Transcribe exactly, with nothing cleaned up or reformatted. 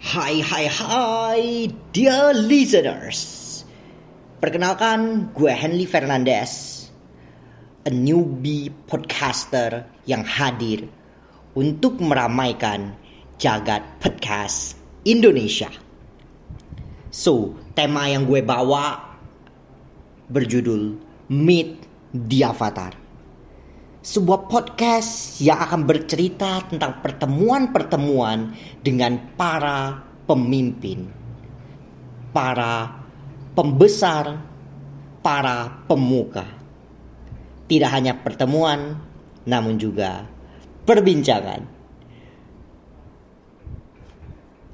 Hai hai hai dear listeners. Perkenalkan, gue Henry Fernandez, a newbie podcaster yang hadir untuk meramaikan jagat podcast Indonesia. So, tema yang gue bawa berjudul Meet the Avatar. Sebuah podcast yang akan bercerita tentang pertemuan-pertemuan dengan para pemimpin, para pembesar, para pemuka. Tidak hanya pertemuan, namun juga perbincangan.